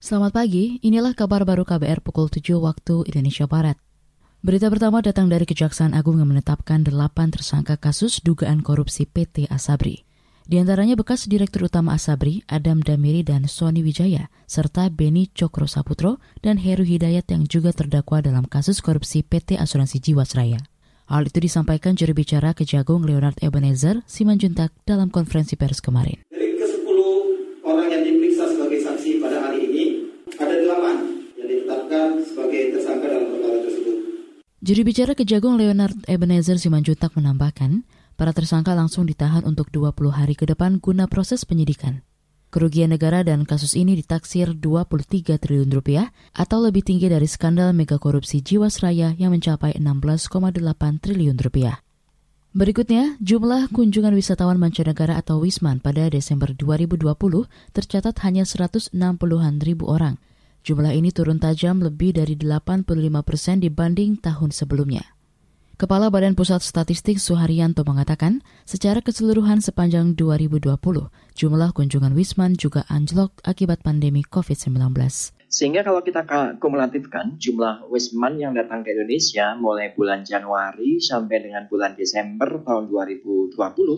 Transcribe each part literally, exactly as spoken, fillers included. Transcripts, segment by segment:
Selamat pagi, inilah kabar baru K B R pukul tujuh waktu Indonesia Barat. Berita pertama datang dari Kejaksaan Agung yang menetapkan delapan tersangka kasus dugaan korupsi P T Asabri. Di antaranya bekas Direktur Utama Asabri, Adam Damiri dan Sony Wijaya, serta Beni Cokro Saputro dan Heru Hidayat yang juga terdakwa dalam kasus korupsi P T Asuransi Jiwasraya. Hal itu disampaikan juru bicara Kejagung Leonard Ebenezer Simanjuntak dalam konferensi pers kemarin. Dari kesepuluh orang yang diperiksa sebagai saksi pada hari ini, ada delapan yang ditetapkan sebagai tersangka dalam perkara tersebut. Juru bicara Kejagung Leonard Ebenezer Simanjuntak menambahkan, para tersangka langsung ditahan untuk dua puluh hari ke depan guna proses penyidikan. Kerugian negara dan kasus ini ditaksir dua puluh tiga triliun rupiah atau lebih tinggi dari skandal mega korupsi Jiwasraya yang mencapai enam belas koma delapan triliun rupiah. Berikutnya, jumlah kunjungan wisatawan mancanegara atau Wisman pada Desember dua ribu dua puluh tercatat hanya seratus enam puluhan ribu orang. Jumlah ini turun tajam lebih dari delapan puluh lima persen dibanding tahun sebelumnya. Kepala Badan Pusat Statistik Suharyanto mengatakan, secara keseluruhan sepanjang dua ribu dua puluh, jumlah kunjungan Wisman juga anjlok akibat pandemi covid sembilan belas. Sehingga kalau kita kumulatifkan jumlah Wisman yang datang ke Indonesia mulai bulan Januari sampai dengan bulan Desember tahun dua ribu dua puluh,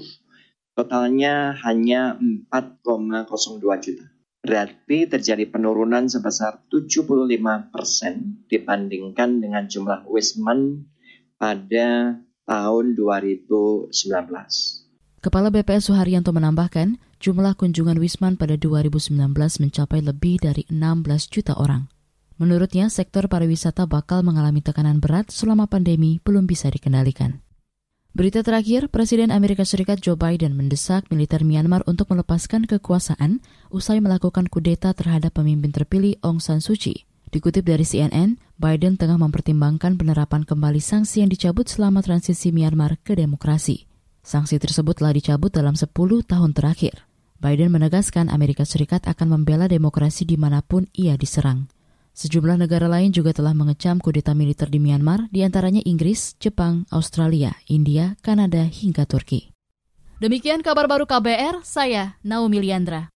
totalnya hanya empat koma nol dua juta. Berarti terjadi penurunan sebesar tujuh puluh lima persen dibandingkan dengan jumlah Wisman pada tahun dua ribu sembilan belas. Kepala B P S Suharyanto menambahkan, jumlah kunjungan Wisman pada dua ribu sembilan belas mencapai lebih dari enam belas juta orang. Menurutnya, sektor pariwisata bakal mengalami tekanan berat selama pandemi belum bisa dikendalikan. Berita terakhir, Presiden Amerika Serikat Joe Biden mendesak militer Myanmar untuk melepaskan kekuasaan usai melakukan kudeta terhadap pemimpin terpilih Aung San Suu Kyi. Dikutip dari C N N, Biden tengah mempertimbangkan penerapan kembali sanksi yang dicabut selama transisi Myanmar ke demokrasi. Sanksi tersebut telah dicabut dalam sepuluh tahun terakhir. Biden menegaskan Amerika Serikat akan membela demokrasi dimanapun ia diserang. Sejumlah negara lain juga telah mengecam kudeta militer di Myanmar, di antaranya Inggris, Jepang, Australia, India, Kanada, hingga Turki. Demikian kabar baru K B R, saya Naomi Liandra.